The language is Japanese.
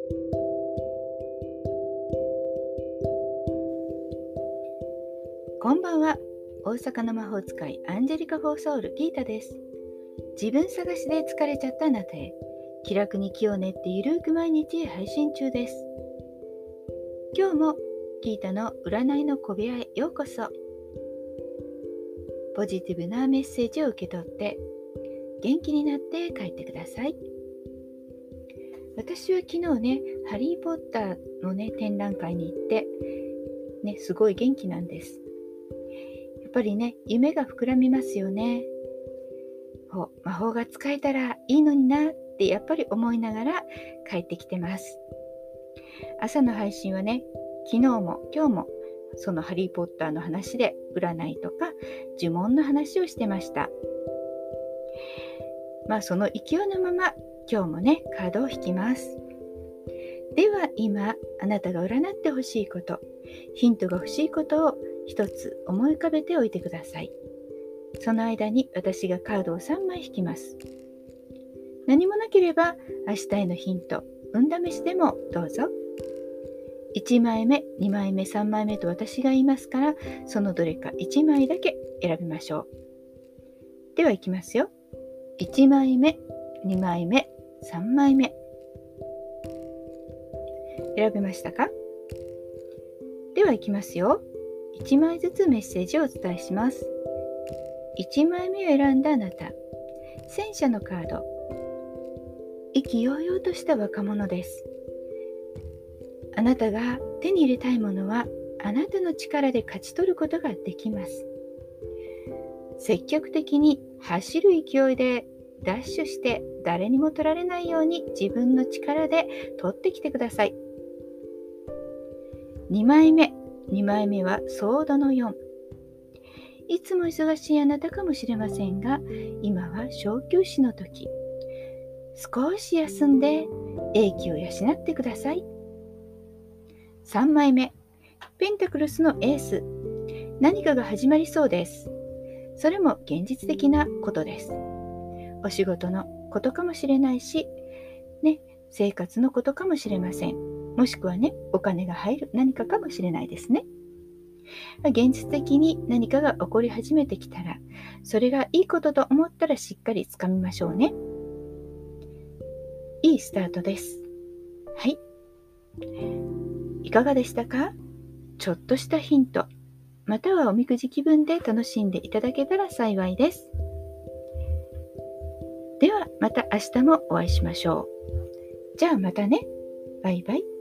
こんばんは。大阪の魔法使いアンジェリカ・フォーソウルギータです。自分探しで疲れちゃったあなたへ、気楽に気を練ってゆるく毎日配信中です。今日もギータの占いの小部屋へようこそ。ポジティブなメッセージを受け取って元気になって帰ってください。私は昨日ね、ハリーポッターのね展覧会に行ってね、すごい元気なんです。やっぱりね、夢が膨らみますよね。魔法が使えたらいいのになってやっぱり思いながら帰ってきてます。朝の配信はね、昨日も今日もそのハリーポッターの話で占いとか呪文の話をしてました。その勢いのまま今日もね、カードを引きます。では今あなたが占ってほしいこと、ヒントが欲しいことを一つ思い浮かべておいてください。その間に私がカードを3枚引きます。何もなければ明日へのヒント、運試しでもどうぞ。1枚目、2枚目、3枚目と私が言いますから、そのどれか1枚だけ選びましょう。ではいきますよ。1枚目、2枚目、3枚目。選べましたか？ではいきますよ。1枚ずつメッセージをお伝えします。1枚目を選んだあなた、戦車のカード。意気揚々とした若者です。あなたが手に入れたいものはあなたの力で勝ち取ることができます。積極的に走る勢いでダッシュして誰にも取られないように自分の力で取ってきてください。2枚目はソードの4。いつも忙しいあなたかもしれませんが、今は小休止の時。少し休んで英気を養ってください。3枚目、ペンタクルスのエース。何かが始まりそうです。それも現実的なことです。お仕事のことかもしれないし、生活のことかもしれません。もしくはお金が入る何かかもしれないですね。現実的に何かが起こり始めてきたら、それがいいことと思ったらしっかりつかみましょうね。いいスタートです。はい。いかがでしたか？ちょっとしたヒント、またはおみくじ気分で楽しんでいただけたら幸いです。ではまた明日もお会いしましょう。じゃあまたね。バイバイ。